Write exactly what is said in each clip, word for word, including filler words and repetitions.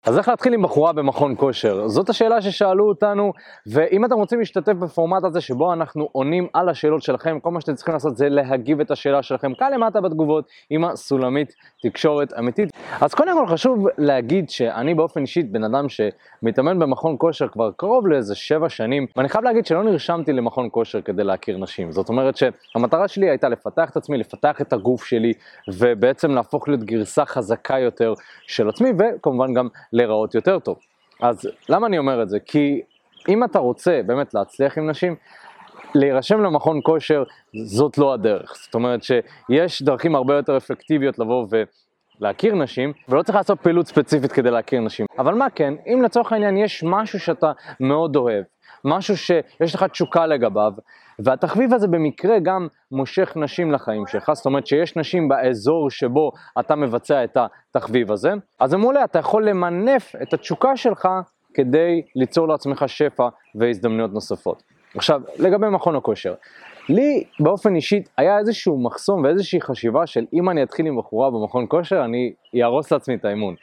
אז איך להתחיל עם בחורה במכון כושר? זאת השאלה ששאלו אותנו, ואם אתם רוצים להשתתף בפורמט הזה שבו אנחנו עונים על השאלות שלכם, כל מה שאתם צריכים לעשות זה להגיב את השאלה שלכם כאן למטה בתגובות עם הסולמית תקשורת אמיתית. אז קודם כל חשוב להגיד שאני באופן אישית בן אדם שמתאמן במכון כושר כבר קרוב לאיזה שבע שנים, ואני חייב להגיד שלא נרשמתי למכון כושר כדי להכיר נשים. זאת אומרת שהמטרה שלי הייתה לפתח את עצמי, לפתח את הגוף שלי, ובעצם להפוך להיות גרסה חזקה יותר של עצמי, וכמובן גם להיראות יותר טוב. אז למה אני אומר את זה? כי אם אתה רוצה באמת להצליח עם נשים, להירשם למכון כושר זאת לא הדרך. זאת אומרת שיש דרכים הרבה יותר אפקטיביות לבוא ולהכיר נשים, ולא צריך לעשות פעילות ספציפית כדי להכיר נשים. אבל מה כן, אם לצורך העניין יש משהו שאתה מאוד אוהב, משהו שיש לך תשוקה לגביו, והתחביב הזה במקרה גם מושך נשים לחיים שלך, זאת אומרת שיש נשים באזור שבו אתה מבצע את התחביב הזה, אז זה מעולה, אתה יכול למנף את התשוקה שלך כדי ליצור לעצמך שפע והזדמנויות נוספות. עכשיו, לגבי מכון הכושר, לי באופן אישית היה איזשהו מחסום ואיזושהי חשיבה של אם אני אתחיל עם בחורה במכון כושר, אני יהרוס לעצמי את האימון.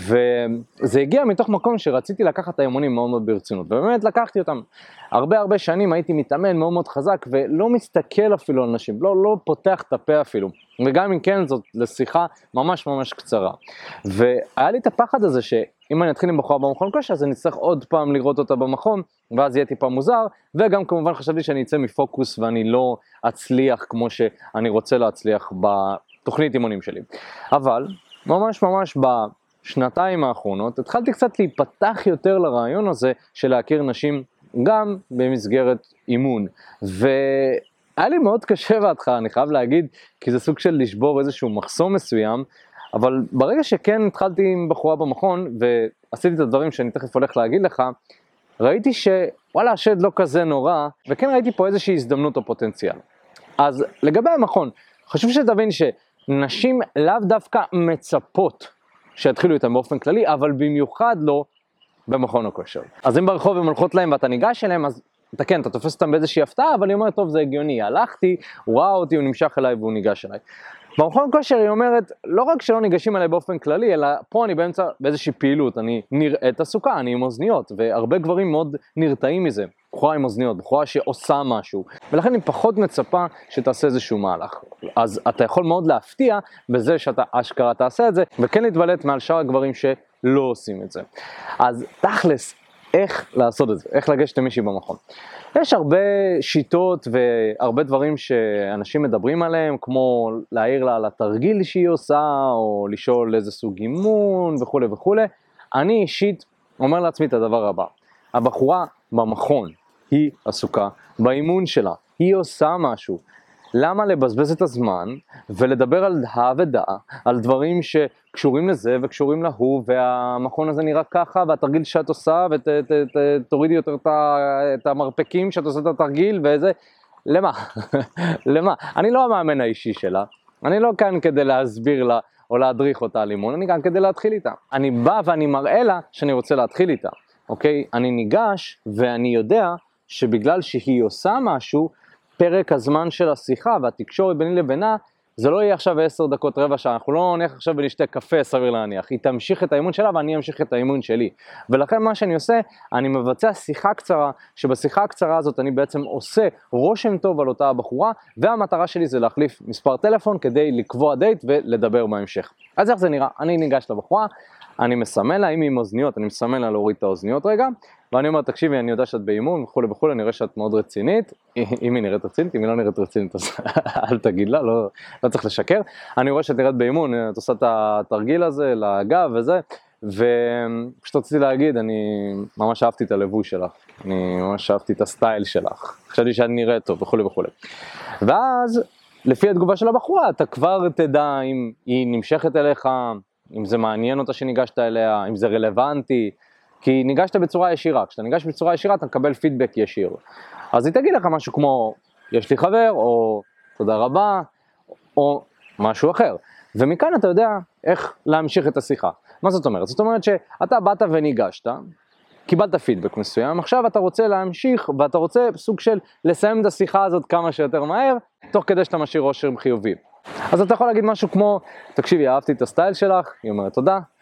וזה הגיע מתוך מקום שרציתי לקחת את האימונים מאוד מאוד ברצינות, ובאמת לקחתי אותם. הרבה הרבה שנים הייתי מתאמן מאוד מאוד חזק, ולא מסתכל אפילו על נשים, לא, לא פותח את הפה אפילו. וגם אם כן, זאת לשיחה ממש ממש קצרה. והיה לי את הפחד הזה שאם אני אתחיל עם בחורה במכון כושר, אז אני צריך עוד פעם לראות אותה במכון, ואז יהיה טיפה מוזר, וגם כמובן חשבתי שאני אצא מפוקוס ואני לא אצליח כמו שאני רוצה להצליח בתוכנית אימונים שלי. אבל ממש ממש בשנתיים האחרונות התחלתי קצת להיפתח יותר לרעיון הזה של להכיר נשים גם במסגרת אימון. והיה לי מאוד קשה בהתחלה, אני חייב להגיד, כי זה סוג של לשבור איזשהו מחסום מסוים, אבל ברגע שכן התחלתי עם בחורה במכון ועשיתי את הדברים שאני תכף הולך להגיד לך, ראיתי שוואלה, השד לא כזה נורא, וכן ראיתי פה איזושהי הזדמנות או פוטנציאל. אז לגבי המכון, חשוב שתבין שנשים לאו דווקא מצפות שיתחילו איתם באופן כללי, אבל במיוחד לא במכון הכושר. אז אם ברחוב הם הולכות להם ואתה ניגש אליהם, אז אתה כן, אתה תופס אותם באיזושהי הפתעה, אבל היא אומרת, טוב, זה הגיוני, הלכתי, הוא ראה אותי, הוא נמשך אליי והוא ניגש אליי. במכון כושר היא אומרת, לא רק שלא ניגשים אליי באופן כללי, אלא פה אני באמצע באיזושהי פעילות, אני נראית עסוקה, אני עם אוזניות, והרבה גברים מאוד נרתעים מזה, בחורה עם אוזניות, בחורה שעושה משהו, ולכן היא פחות מצפה שתעשה איזשהו מהלך. אז אתה יכול מאוד להפתיע בזה שאתה אשכרה תעשה את זה, וכן להתבלט מעל שאר הגברים שלא עושים את זה. אז תכלס, איך לעשות את זה? איך לגשת למישהי במכון? יש הרבה שיטות והרבה דברים שאנשים מדברים עליהם, כמו להעיר לה על התרגיל שהיא עושה, או לשאול איזה סוג אימון וכו' וכו'. אני אישית אומר לעצמי את הדבר הבא, הבחורה במכון היא עסוקה באימון שלה, היא עושה משהו. למה לבזבז את הזמן ולדבר על העבודה, על דברים שקשורים לזה וקשורים להוא, והמכון הזה נראה ככה, והתרגיל שאת עושה, ותורידי יותר את המרפקים שאת עושה את התרגיל, וזה, למה? למה? אני לא המאמן האישי שלה, אני לא כאן כדי להסביר לה או להדריך אותה על אימון, אני כאן כדי להתחיל איתה. אני בא ואני מראה לה שאני רוצה להתחיל איתה, אוקיי? אני ניגש ואני יודע שבגלל שהיא עושה משהו, פרק הזמן של השיחה והתקשורת ביני לבינה, זה לא יהיה עכשיו עשר דקות רבע שעה, אנחנו לא נלך עכשיו ונשתה קפה, סביר להניח, היא תמשיך את האימון שלה ואני אמשיך את האימון שלי. ולכן מה שאני עושה, אני מבצע שיחה קצרה, שבשיחה הקצרה הזאת אני בעצם עושה רושם טוב על אותה הבחורה, והמטרה שלי זה להחליף מספר טלפון כדי לקבוע דייט ולדבר בהמשך. אז איך זה נראה? אני ניגש לבחורה, אני מסמן לה, אם היא עם אוזניות, אני מסמן לה להוריד את האוזניות רגע, ואני אומר, תקשיבי, אני יודע שאת באימון וכו' וכו', אני רואה שאת מאוד רצינית, אם היא נראית רצינית, אם היא לא נראית רצינית, אז אל תגיד לה, לא, לא צריך לשקר. אני רואה שאת נראית באימון, את עושה את התרגיל הזה, לגב וזה, ופשוט רציתי להגיד, אני ממש אהבתי את הלבוש שלך, אני ממש אהבתי את הסטייל שלך, חשבתי שאת נראית טוב וכו' וכו'. ואז, לפי התגובה של הבחורה, אתה כבר תדע אם היא נמשכת אליך, אם זה מעניין אותה שניגשת אליה, אם זה רלוונטי, כי ניגשת בצורה ישירה, כשאתה ניגש בצורה ישירה אתה מקבל פידבק ישיר. אז היא תגיד לך משהו כמו, יש לי חבר, או תודה רבה, או משהו אחר. ומכאן אתה יודע איך להמשיך את השיחה. מה זאת אומרת? זאת אומרת שאתה באת וניגשת, קיבלת פידבק מסוים, עכשיו אתה רוצה להמשיך, ואתה רוצה סוג של לסיים את השיחה הזאת כמה שיותר מהר, תוך כדי שאתה משאיר רושם חיובי. אז אתה יכול להגיד משהו כמו, תקשיבי, אהבתי את הסטייל שלך, היא אומרת תודה,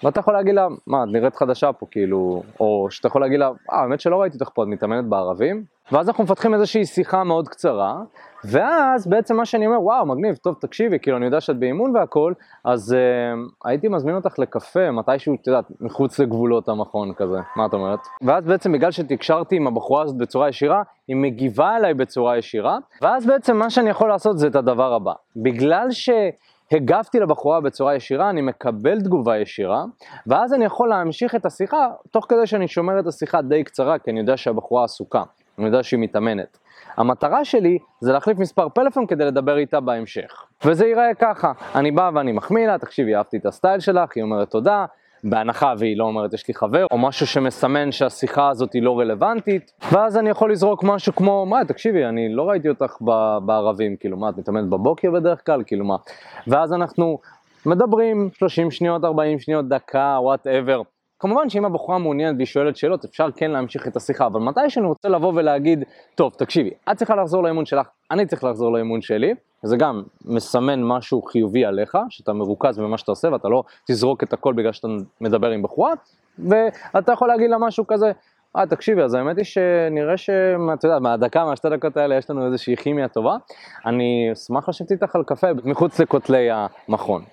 ואתה יכול להגיד לה, מה, את נראית חדשה פה, כאילו, או שאתה יכול להגיד לה, אה, האמת שלא ראיתי אותך פה, את מתאמנת בערבים, ואז אנחנו מפתחים איזושהי שיחה מאוד קצרה, ואז בעצם מה שאני אומר, וואו, מגניב, טוב, תקשיבי, כאילו, אני יודע שאת באימון והכל, אז uh, הייתי מזמין אותך לקפה, מתישהו, אתה יודעת, מחוץ לגבולות המכון כזה, מה את אומרת? ואז בעצם בגלל שתקשרתי עם הבחורה הזאת בצורה ישירה, היא מגיבה אליי בצורה ישירה, ואז בעצם מה שאני יכול לעשות זה את הדבר הבא, בגלל ש... הגבתי לבחורה בצורה ישירה, אני מקבל תגובה ישירה, ואז אני יכול להמשיך את השיחה, תוך כדי שאני שומר את השיחה די קצרה, כי אני יודע שהבחורה עסוקה, אני יודע שהיא מתאמנת. המטרה שלי זה להחליף מספר פלאפון כדי לדבר איתה בהמשך. וזה ייראה ככה, אני בא ואני מחמיא לה, תקשיבי, אהבתי את הסטייל שלך, היא אומרת תודה, בהנחה והיא לא אומרת יש לי חבר, או משהו שמסמן שהשיחה הזאת היא לא רלוונטית, ואז אני יכול לזרוק משהו כמו, מה, תקשיבי, אני לא ראיתי אותך בערבים, כאילו, מה, את מתאמנת בבוקר בדרך כלל, כאילו, מה, ואז אנחנו מדברים שלושים שניות, ארבעים שניות, דקה, whatever. כמובן שאם הבחורה מעוניינת והיא שואלת שאלות, אפשר כן להמשיך את השיחה, אבל מתי שאני רוצה לבוא ולהגיד, טוב, תקשיבי, את צריכה לחזור לאימון שלך, אני צריך לחזור לאימון שלי, זה גם מסמן משהו חיובי עליך, שאתה מרוכז במה שאתה עושה, ואתה לא תזרוק את הכל בגלל שאתה מדבר עם בחורה, ואתה יכול להגיד לה משהו כזה, אה, תקשיבי, אז האמת היא שנראה שאתה יודע, מהדקה, מהשתי דקות האלה, יש לנו איזושהי כימיה טובה, אני אשמח לשבת איתך על קפה, מחוץ לכותלי המכון.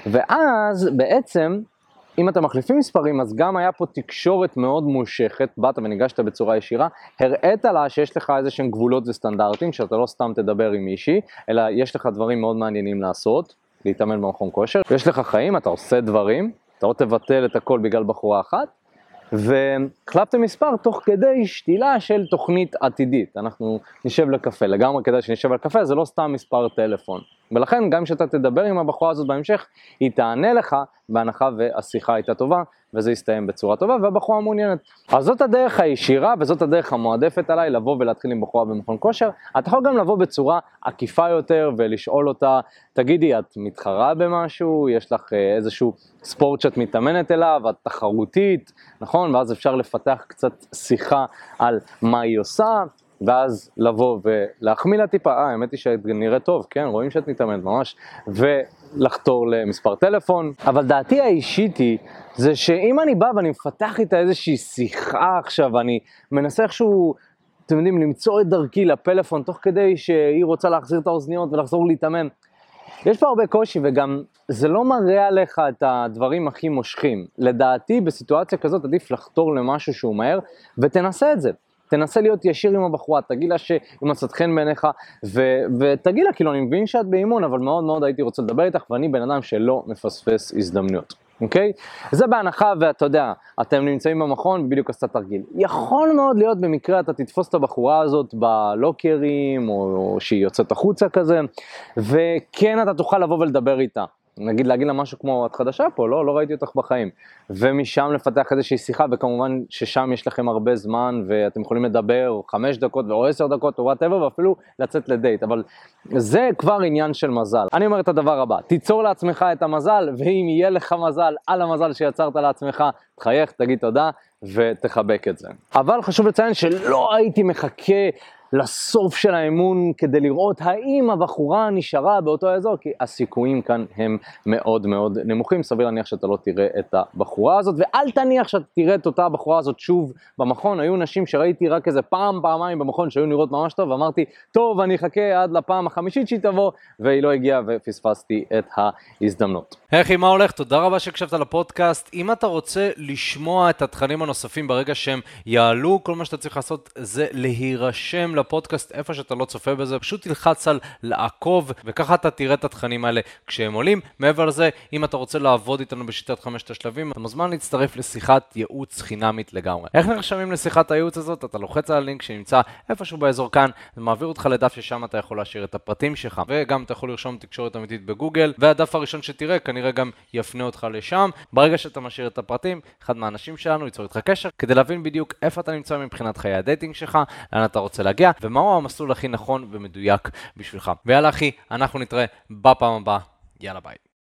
ואז בעצם, אם אתה מחליפים מספרים, אז גם היה פה תקשורת מאוד מושכת, באת וניגשת בצורה ישירה, הראית לה שיש לך איזה שהם גבולות וסטנדרטים, שאתה לא סתם תדבר עם מישהי, אלא יש לך דברים מאוד מעניינים לעשות, להתאמן במכון כושר, יש לך חיים, אתה עושה דברים, אתה לא תבטל את הכל בגלל בחורה אחת, והחלפתם מספר תוך כדי שתילה של תוכנית עתידית, אנחנו נשב לקפה, לגמרי כדי שנשב על קפה, זה לא סתם מספר טלפון, ולכן גם כשאתה תדבר עם הבחורה הזאת בהמשך, היא תענה לך בהנחה והשיחה הייתה טובה, וזה יסתיים בצורה טובה, והבחורה מעוניינת. אז זאת הדרך הישירה, וזאת הדרך המועדפת עליי, לבוא ולהתחיל עם בחורה במכון כושר. אתה יכול גם לבוא בצורה עקיפה יותר, ולשאול אותה, תגידי, את מתחרה במשהו? יש לך איזשהו ספורט שאת מתאמנת אליו, את תחרותית, נכון? ואז אפשר לפתח קצת שיחה על מה היא עושה, ואז לבוא ולהחמיא לה טיפה, אה, האמת היא שאת נראית טוב, כן, רואים שאת מתאמנת ממש, ולחתור למספר טלפון. אבל דעתי האישית היא, זה שאם אני בא ואני מפתח איתה איזושהי שיחה עכשיו, אני מנסה איכשהו, אתם יודעים, למצוא את דרכי לפלאפון, תוך כדי שהיא רוצה להחזיר את האוזניות ולחזור להתאמן. יש פה הרבה קושי, וגם זה לא מראה עליך את הדברים הכי מושכים. לדעתי, בסיטואציה כזאת, עדיף לחתור למשהו שהוא מהר, ותנסה את זה. תנסה להיות ישיר עם הבחורה, תגיד לה שהיא מצאת חן בעיניך, ו- ותגיד לה, כאילו, אני מבין שאת באימון, אבל מאוד מאוד הייתי רוצה לדבר איתך, ואני בן אדם שלא מפספס הזדמנויות, אוקיי? זה בהנחה, ואתה יודע, אתם נמצאים במכון, ובדיוק עשתה תרגיל. יכול מאוד להיות במקרה, אתה תתפוס את הבחורה הזאת בלוקרים, או, או שהיא יוצאת החוצה כזה, וכן אתה תוכל לבוא ולדבר איתה. נגיד להגיד לה משהו כמו, את חדשה פה, לא, לא ראיתי אותך בחיים. ומשם לפתח איזושהי שיחה, וכמובן ששם יש לכם הרבה זמן, ואתם יכולים לדבר חמש דקות, או עשר דקות, או whatever, ואפילו לצאת לדייט. אבל זה כבר עניין של מזל. אני אומר את הדבר הבא, תיצור לעצמך את המזל, ואם יהיה לך מזל על המזל שיצרת לעצמך, תחייך, תגיד תודה, ותחבק את זה. אבל חשוב לציין שלא הייתי מחכה לסוף של האימון כדי לראות האם הבחורה נשארה באותו האזור, כי הסיכויים כאן הם מאוד מאוד נמוכים, סביר להניח שאתה לא תראה את הבחורה הזאת, ואל תניח שאתה תראה את אותה הבחורה הזאת שוב במכון. היו נשים שראיתי רק איזה פעם, פעמיים במכון שהיו נראות ממש טוב, ואמרתי, טוב, אני אחכה עד לפעם החמישית שהיא תבוא, והיא לא הגיעה ופספסתי את ההזדמנות. היי, מה הולך? תודה רבה שהקשבת לפודקאסט. אם אתה רוצה לשמוע את התכנים הנוספים ברגע שהם יעלו, כל מה שאתה צריך לעשות זה להירשם לפודקאסט איפה שאתה לא צופה בזה, פשוט תלחץ על לעקוב, וככה אתה תראה את התכנים האלה כשהם עולים. מעבר לזה, אם אתה רוצה לעבוד איתנו בשיטת חמשת השלבים, אתה מוזמן להצטרף לשיחת ייעוץ חינמית לגמרי. איך נרשמים לשיחת הייעוץ הזאת? אתה לוחץ על הלינק שנמצא איפשהו באזור כאן, זה מעביר אותך לדף ששם אתה יכול להשאיר את הפרטים שלך, וגם אתה יכול לרשום תקשורת אמיתית בגוגל, והדף הראשון שתראה כנראה גם יפנה אותך לשם. ברגע שאתה משאיר את הפרטים, אחד מהאנשים שלנו ייצור איתך קשר כדי להבין בדיוק איפה אתה נמצא מבחינת חיי הדייטינג שלך, לאן אתה רוצה להגיע, ומהו המסלול הכי נכון ומדויק בשבילך. ויאללה אחי, אנחנו נתראה בפעם הבאה. יאללה ביי.